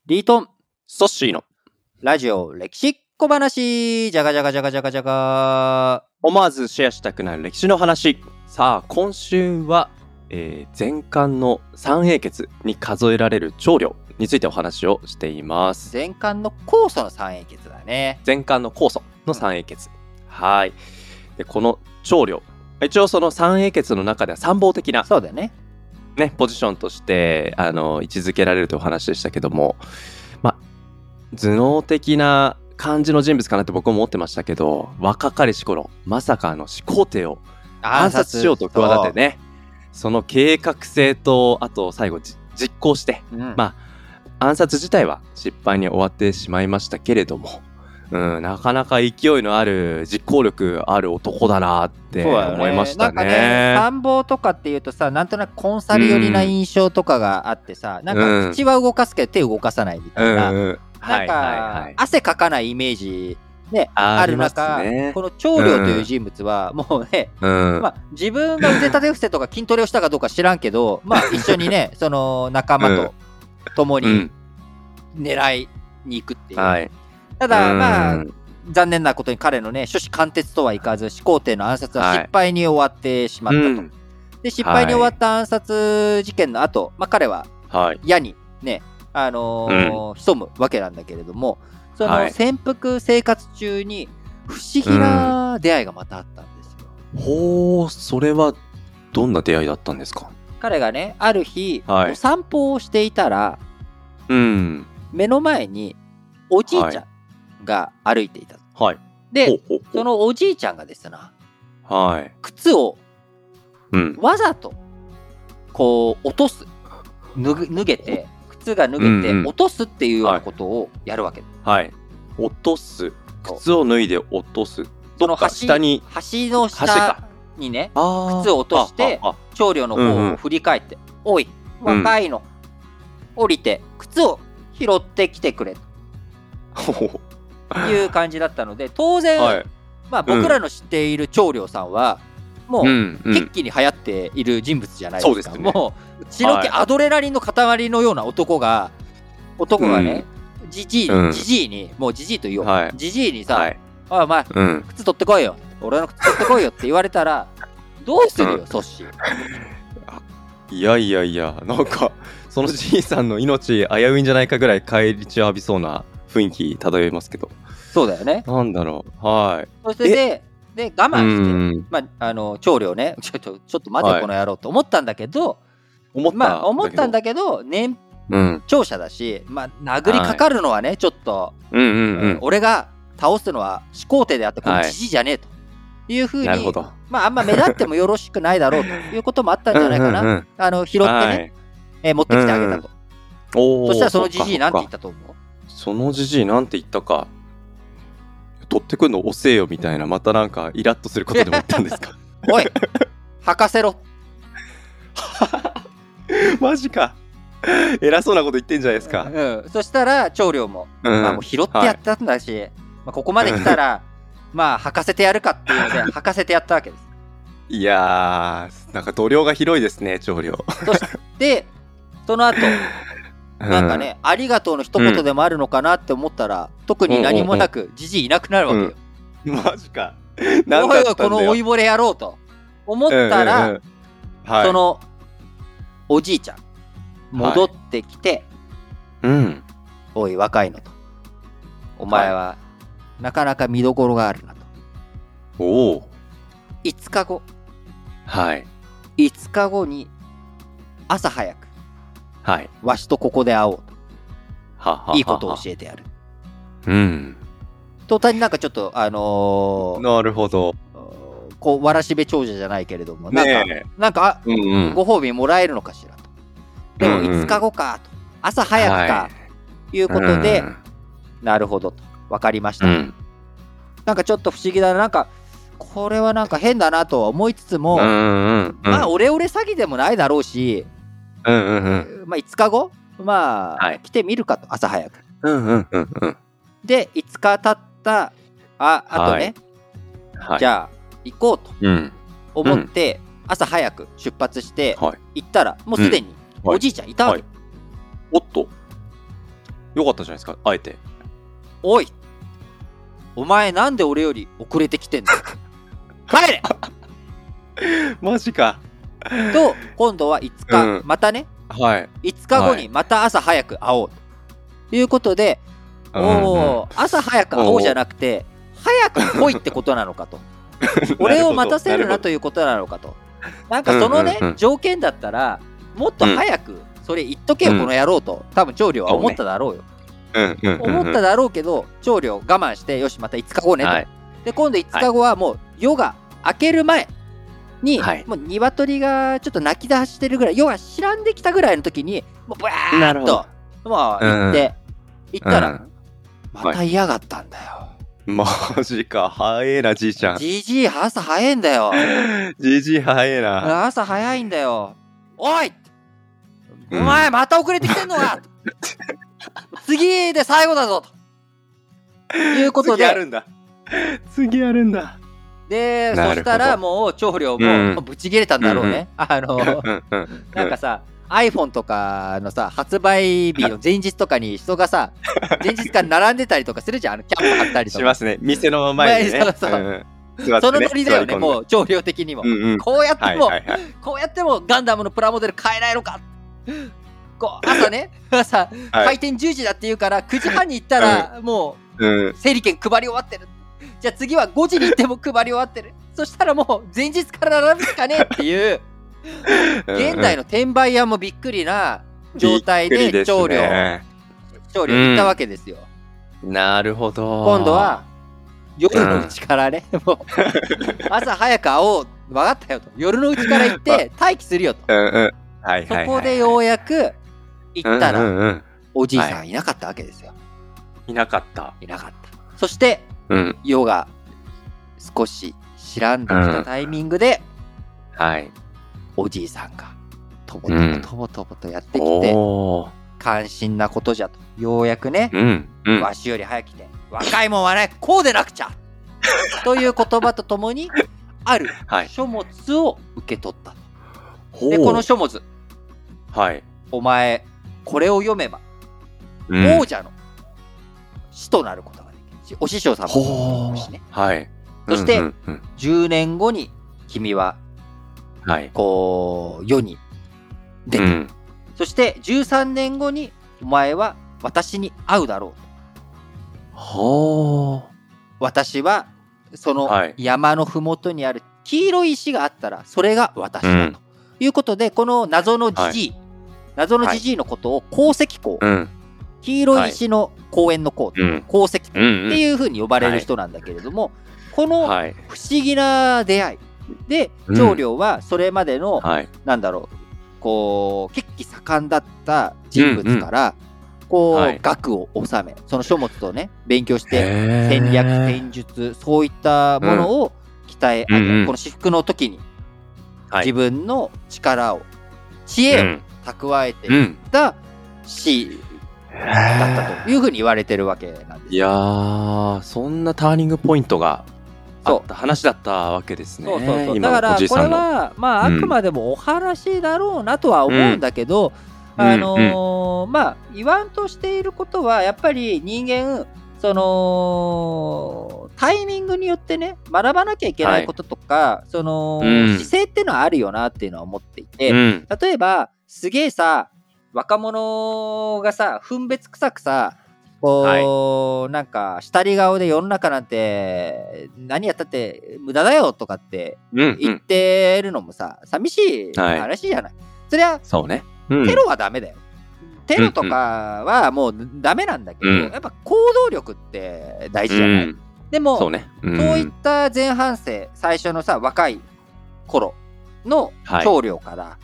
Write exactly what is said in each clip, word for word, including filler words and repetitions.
リートンソッシーのラジオ歴史小話、じゃがじゃがじゃがじゃがじゃが。 思わずシェアしたくなる歴史の話。さあ今週は、えー、前漢の三英傑に数えられる長領についてお話をしています。 前漢の酵素の三英傑だね。 前漢の酵素の三英傑、うん、はいでこの長領、一応その三英傑の中では参謀的なそうだよねね、ポジションとしてあの位置づけられるというお話でしたけども、まあ頭脳的な感じの人物かなって僕も思ってましたけど、若かりし頃まさかあの始皇帝を暗殺しようと企てね、その計画性とあと最後実行して、うん、まあ暗殺自体は失敗に終わってしまいましたけれども、うん、なかなか勢いのある実行力ある男だなって思いましたね。 なんかね、参謀とかっていうとさ、なんとなくコンサル寄りな印象とかがあってさ、うん、なんか口は動かすけど手動かさないみたいな、うんうん、なんか汗かかないイメージね、ある中、ね、この長領という人物はもうね、うんまあ、自分が腕立て伏せとか筋トレをしたかどうか知らんけど、まあ、一緒にねその仲間と共に狙いに行くっていう、うんはい、ただまあ残念なことに彼のね初志貫徹とはいかず始皇帝の暗殺は失敗に終わってしまったと、はいうん、で失敗に終わった暗殺事件の後、まあ、彼は矢にね、あのーうん、潜むわけなんだけれども、その潜伏生活中に不思議な出会いがまたあったんですよ、 うん、ほう、それはどんな出会いだったんですか？ 彼がねある日、はい、お散歩をしていたら、うん、目の前におじいちゃんが歩いていた、はい、でほうほうほう、そのおじいちゃんがですね、はい、靴をわざとこう落とす、脱ぐ、脱げて靴が脱げて落とすっていうようなことをやるわけです、 うんうん、はい、はい、落とす、靴を脱いで落とす、どっか下に、 橋の下にね靴を落として長領の方を振り返って、うんうん、おい若いの、うん、降りて靴を拾ってきてくれという感じだったので、当然、はい、まあ、僕らの知っている長領さんはもう決起に流行っている人物じゃないですか、うんうん、もう血の気アドレナリンの塊のような男が男がね、じじいに、じじいに、もうじじいと言おう、じじいにさ、はい、おいお前、うん、靴取ってこいよ、俺の靴取ってこいよって言われたらどうするよ、ソッシー。 いやいやいや、なんかそのじいさんの命危ういんじゃないかぐらい返り血を浴びそうな雰囲気漂いますけど。 そうだよね。 なんだろう、はい。 そしてでで我慢して、まあ、あの長領ね、ちょっとちょっと待て、はい、この野郎と思ったんだけど、 思ったまあ、思ったんだけど年長者だし、まあ、殴りかかるのはね、はい、ちょっと、うんうんうん、俺が倒すのは始皇帝であってこのじじいじゃねえというふうに、はい、まあ、あんま目立ってもよろしくないだろうということもあったんじゃないかな。うんうん、うん、あの拾ってね、はい、えー、持ってきてあげたと、うんうん、そしたらそのじじいなんて言ったと思う？ そのじじいなんて言ったか、取ってくるの遅えよみたいな、またなんかイラッとすることでも言ったんですか？ おい吐かせろマジか、偉そうなこと言ってんじゃないですか、 うんうん、そしたら長領も、うん、まあ、もう拾ってやったんだし、はい、まあ、ここまで来たらまあ吐かせてやるかっていうので吐かせてやったわけです。 いやー、なんか度量が広いですね、長領。 そしてその後なんかね、うん、ありがとうの一言でもあるのかなって思ったら、うん、特に何もなくじじいいなくなるわけよ、 うん、マジか。 何だったんだよこの老いぼれやろうと思ったら、うんうんうん、はい、そのおじいちゃん戻ってきて、はい、うん、おい若いのと、お前はなかなか見どころがあるなと、 おお、 いつかご、 はい、 いつかごに朝早く、はい、わしとここで会おうと、はははは、いいことを教えてやる、うん、途端になんかちょっとあのー、 なるほど、 こうわらしべ長者じゃないけれども、なんか、ね、なんか、うんうん、ご褒美もらえるのかしらと。でもいつかごかと、朝早くか、はい、いうことで、うん、なるほどと、分かりました、うん、なんかちょっと不思議だな、なんかこれはなんか変だなとは思いつつも、うんうんうん、まあオレオレ詐欺でもないだろうし、うんうんうん、まあいつかご、まあ、はい、来てみるかと、朝早く、うんうんうんうん、でいつか経ったああとね、はい、じゃあ行こうと思って、うん、朝早く出発して行ったら、もうすでにおじいちゃんいたわけ、はいはい、 おっとよかったじゃないですか、あえて。 おいお前なんで俺より遅れてきてんだ帰れマジか。 と今度はいつか、うん、またね、 はい、 いつかごにまた朝早く会おうということで、はい、おー、朝早く会おうじゃなくて早く来いってことなのかと俺を待たせるなということなのかと。なんかそのね、うんうんうん、条件だったらもっと早くそれ言っとけよ、うん、この野郎と多分長領は思っただろうよ、 うんうんうんうん、 思っただろうけど長領我慢してよしまたいつかごねと、はい、で今度いつかごはもう夜が明ける前に、はい、もう鶏がちょっと泣き出してるぐらい夜が白んできたぐらいの時にもうブワーッとまあ行って、うん、行ったら、うん、また嫌がったんだよ。 マジか、早えなじいちゃん。 じじい朝早いんだよ。 じじい早えな。 朝早いんだよ。おい、うん、お前また遅れてきてんのか次で最後だぞということで、 次あるんだ次あるんだでそしたらもう長領も、うん、ブチ切れたんだろうね、うんうん、あの、うんうん、なんかさ iPhone とかのさ発売日の前日とかに人がさ前日から並んでたりとかするじゃん、あのキャンプ貼ったりとかしますね、店の前にね、そうそう、うんね、そのノリだよね、もう長領的にも、うんうん、こうやっても、はいはいはい、こうやってもガンダムのプラモデル買えないのか、こう朝ね朝、はい、開店じゅうじだって言うからくじはんに行ったら、うん、もう、うん、整理券配り終わってる、じゃあ次はごじに行っても配り終わってるそしたらもう前日から並ぶしかねえっていう現代の転売屋もびっくりな状態で長領長領行ったわけですよ、 うん、なるほど。 今度は夜のうちからね、うん、もう朝早く会おう分かったよと、夜のうちから行って待機するよと、うんうん、はいはいはいはい、そこでようやく行ったら、うんうんうん、おじいさんいなかったわけですよ、はい、 いなかったいなかった。そして、うん、夜が少し白んできたタイミングで、 うん、はいおじいさんがとぼとぼとぼとぼとやってきて、うん、関心なことじゃと、ようやくね、うんうん、わしより早く来て若いもんはねこうでなくちゃという言葉とともにある書物を受け取ったと、はい、でこの書物、 はい、 お前これを読めば、うん、王者の師となることができる、お師匠さんもしね、 はい、 そして、うんうんうん、じゅうねんごに君ははい、 こう世に出て、うん、そしてじゅうさんねんごにお前は私に会うだろうと。 はあ。 私はその山のふもとにある黄色い石があったらそれが私だということで、うん、この謎のじじい、はい、謎のじじいのことを鉱石工、はい、黄色い石の公園の鉱、うん、鉱石工っていうふうに呼ばれる人なんだけれども、はい、この不思議な出会いで長領はそれまでの、うん、はい、なんだろう、こう血気盛んだった人物から、うんうん、こう、はい、学を収め、その書物をね勉強して戦略戦術そういったものを鍛え上げ、うん、この至福の時に、はい、自分の力を知恵を蓄えていった士だったというふうに言われてるわけなんです、ね、 いやー、そんなターニングポイントがあった話だったわけですね。 そうそうそう、だからこれはまああくまでもお話だろうなとは思うんだけど、うん、あのーうん、まあ言わんとしていることはやっぱり人間そのタイミングによってね学ばなきゃいけないこととか、はい、その、うん、姿勢っていうのはあるよなっていうのは思っていて、うん、例えばすげえさ若者がさ分別臭くさこう、はい、なんか下り顔で世の中なんて何やったって無駄だよとかって言ってるのもさ、うんうん、寂しい話じゃない、はい、そりゃそうね、 うん、テロはダメだよ、テロとかはもうダメなんだけど、うん、やっぱ行動力って大事じゃない、うん、でもそうね、うん、そういった前半生最初のさ若い頃の長領から、はい、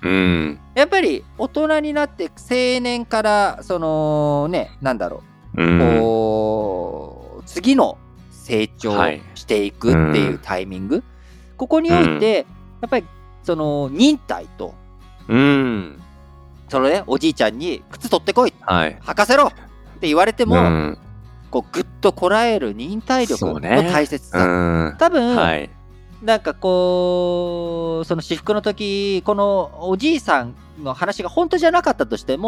うん、やっぱり大人になって青年からそのねなんだろう、うん、こう次の成長していくっていうタイミング、はい、うん、ここにおいて、うん、やっぱりその忍耐と、うん、そのねおじいちゃんに靴取ってこい、はい、履かせろって言われても、うん、こうグッとこらえる忍耐力の大切さ、ね、うん、多分、はい、なんかこうその至福の時このおじいさんの話が本当じゃなかったとしても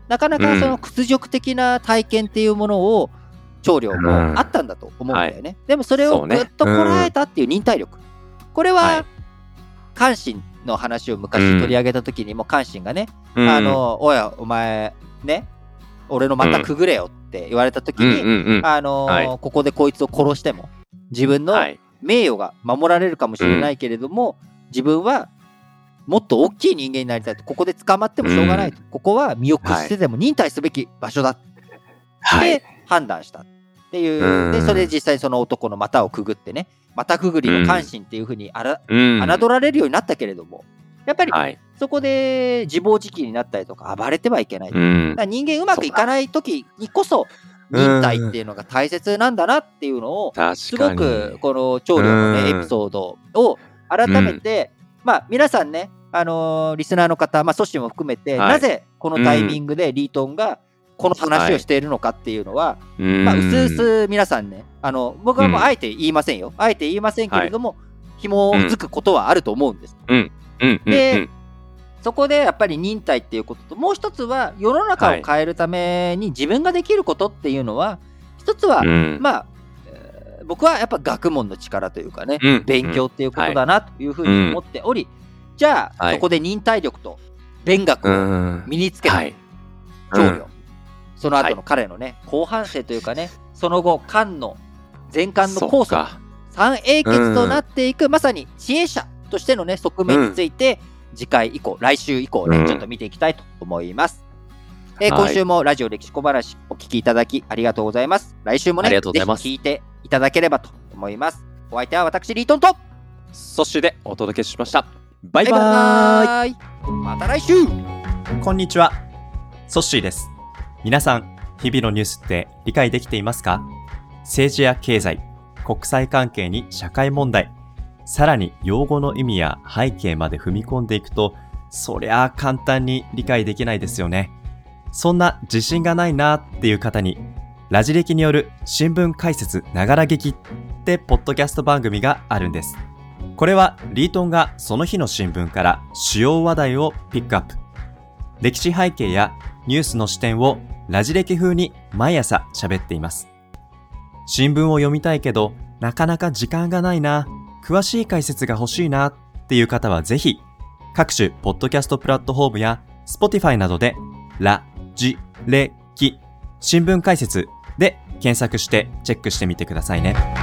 なかなかその屈辱的な体験っていうものを長領もあったんだと思うんだよね、うんはい、でもそれをぐっとこらえたっていう忍耐力、これは関心の話を昔取り上げた時にも関心がね、うん、あのおやお前ね俺の股くぐれよって言われた時に、うんうんうん、あのーはい、ここでこいつを殺しても自分の名誉が守られるかもしれないけれども、うん、自分はもっと大きい人間になりたいと、ここで捕まってもしょうがないと、うん、ここは身を屈してでも忍耐すべき場所だって、はい、判断したっていう、うん、でそれで実際にその男の股をくぐってね、股くぐりの関心っていうふうにあら、うん、侮られるようになったけれども、やっぱりそこで自暴自棄になったりとか暴れてはいけない、うん、だから人間うまくいかない時にこそ忍耐っていうのが大切なんだなっていうのを、すごくこの長領のねエピソードを改めて、まあ皆さんね、あのー、リスナーの方、まあソシも含めて、はい、なぜこのタイミングでリートンがこの話をしているのかっていうのは、はい、まあうすうす皆さんね、あの僕はもうあえて言いませんよ、あえて言いませんけれども、はい、紐づくことはあると思うんです、 うんうんうん、 で、うん、そこでやっぱり忍耐っていうことと、もう一つは世の中を変えるために自分ができることっていうのは、一つは、うん、まあ、えー、僕はやっぱ学問の力というかね、うん、勉強っていうことだなというふうに思っており、うん、じゃあ、はい、そこで忍耐力と勉学を身につけた長領、うん、その後の彼のね、後半生というかね、その後漢の前漢の高祖三英傑となっていく、まさに知恵者としてのね側面について、うん、次回以降、来週以降ね、うん、ちょっと見ていきたいと思います。えー、今週もラジオ歴史小話お聞きいただきありがとうございます。来週もね、ぜひ聞いていただければと思います。お相手は私リートンとソッシーでお届けしました。バイバーイ。 バイバーイ。また来週。 こんにちは、ソッシーです。皆さん、日々のニュースって理解できていますか？政治や経済、国際関係に社会問題、さらに用語の意味や背景まで踏み込んでいくと、そりゃあ簡単に理解できないですよね。そんな自信がないなっていう方に、ラジ歴による新聞解説ながら劇ってポッドキャスト番組があるんです。これはリートンがその日の新聞から主要話題をピックアップ。歴史背景やニュースの視点をラジ歴風に毎朝喋っています。新聞を読みたいけど、なかなか時間がないな、詳しい解説が欲しいなっていう方はぜひ、各種ポッドキャストプラットフォームや Spotify などでラジレキ新聞解説で検索してチェックしてみてくださいね。